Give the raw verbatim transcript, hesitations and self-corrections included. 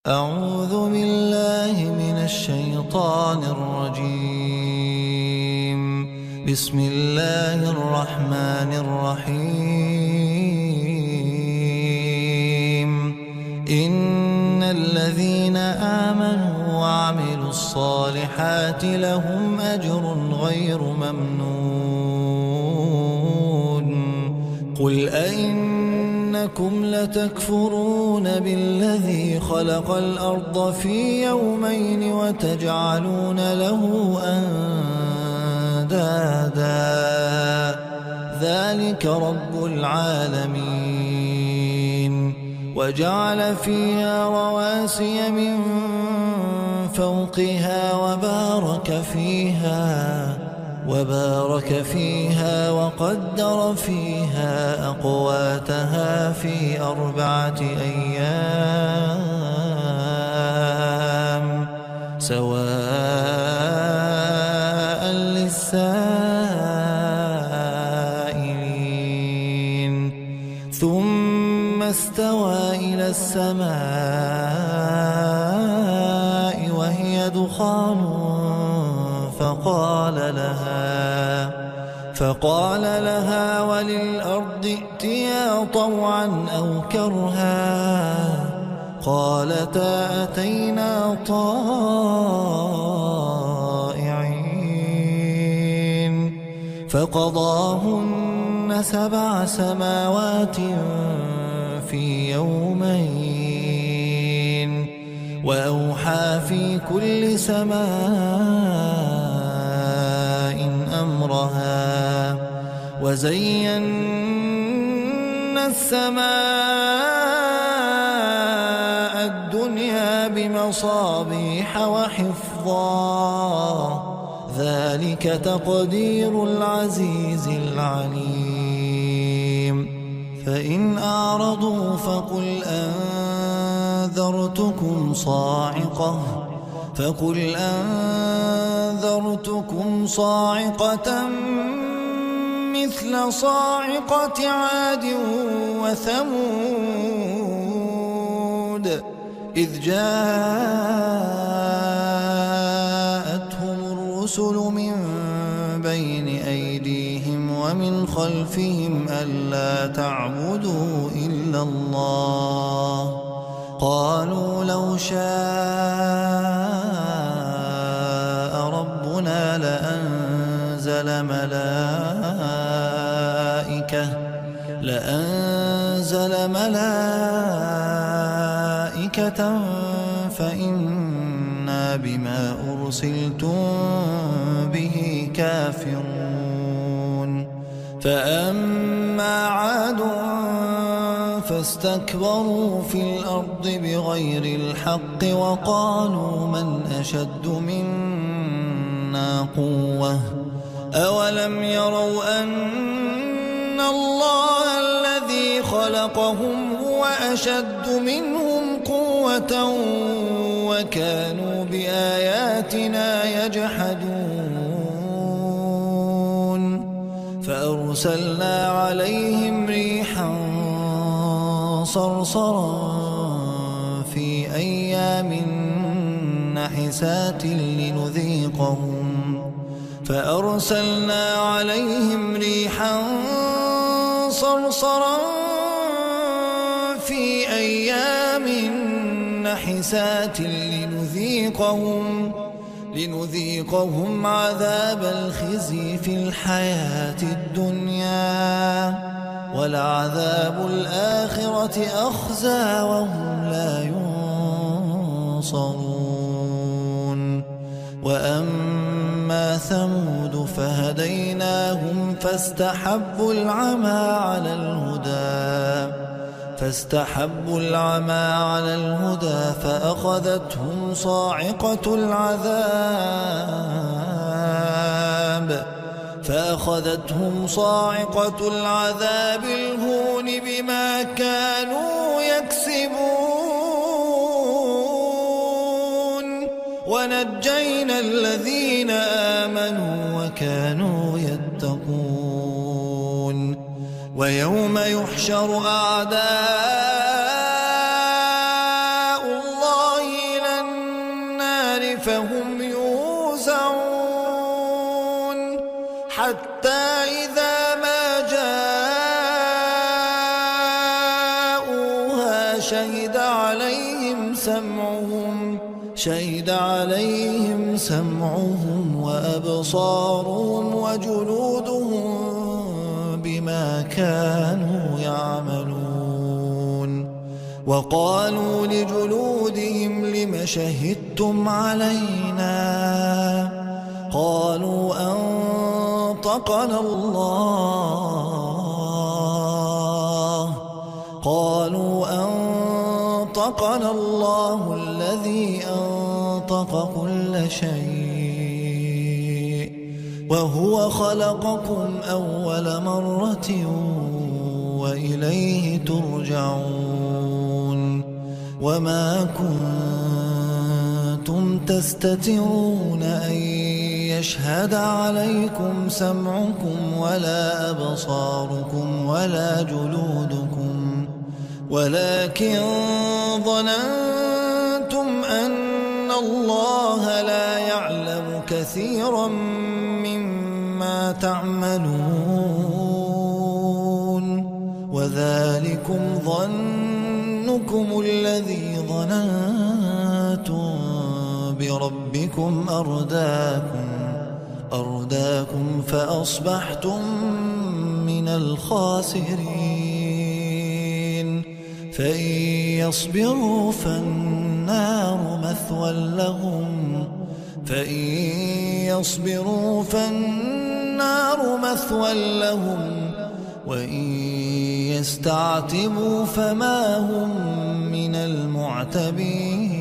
أعوذ بالله من الشيطان الرجيم. بسم الله الرحمن الرحيم. إن الذين آمنوا وعملوا الصالحات لهم أجر غير ممنون. قل أئنكم لتكفرون بالذي خلق الأرض في يومين وتجعلون له أندادا ذلك رب العالمين. وجعل فيها رواسي من فوقها وبارك فيها وبارك فيها وقدر فيها أقواتها في أربعة أيام سواء للسائلين. ثم استوى إلى السماء وهي دخان فقال لها فقال لها وللأرض ائتيا طوعا أو كرها قالتا أتينا طائعين. فقضاهن سبع سماوات في يومين وأوحى في كل سماء أمرها وزينا السماء الدنيا بمصابيح وحفظا ذلك تقدير العزيز العليم. فإن أعرضوا فقل أنذرتكم صاعقة فقل أنذرتكم صاعقة مثل صاعقة عاد وثمود إذ جاءتهم الرسل من بين أيديهم ومن خلفهم ألا تعبدوا إلا الله قالوا لو شاء ربنا لأنزل ملائكة لأنزل ملائكة فإنا بما أرسلتم به كافرون. فأما عاد فاستكبروا في الأرض بغير الحق وقالوا من أشد منا قوة أولم يروا أن الله الذي خلقهم هو أشد منهم قوة وكانوا بآياتنا يجحدون. فأرسلنا عليهم ريحا صرصرا في أيام نحسات لنذيقهم فأرسلنا عليهم ريحا صرصرا في أيام نحسات لنذيقهم لنذيقهم عذاب الخزي في الحياة الدنيا ولعذاب الآخرة أخزى وهم لا ينصرون. وأما ثمود فهديناهم فاستحبوا العمى على الهدى فاستحبوا العمى على الهدى فأخذتهم صاعقة العذاب فأخذتهم صاعقة العذاب الهون بما كانوا يكسبون ونجينا الذين آمنوا وكانوا يتقون. ويوم يحشر أعداء الله فهم يوزعون حتى إذا ما جاءوها شهد عليهم سمعهم شهد عليهم سمعهم وأبصارهم وجلودهم بما كانوا يعملون. وقالوا لجلودهم لم شهدتم علينا قالوا أنطقنا الله قالوا أنطقنا الله الذي أنطق كل شيء وهو خلقكم أول مرة وإليه ترجعون. وما كنتم تستترون أن يشهد عليكم سمعكم ولا أبصاركم ولا جلودكم ولكن ظننتم أن الله لا يعلم كثيرا مما تعملون وذلكم ظنكم الذي ظننتم بربكم أرداكم أرداكم فأصبحتم من الخاسرين. فإن يصبروا فالنار مثوى لهم فإن يصبروا فالنار مثوى لهم وإن يستعتبوا فما هم من المعتبين.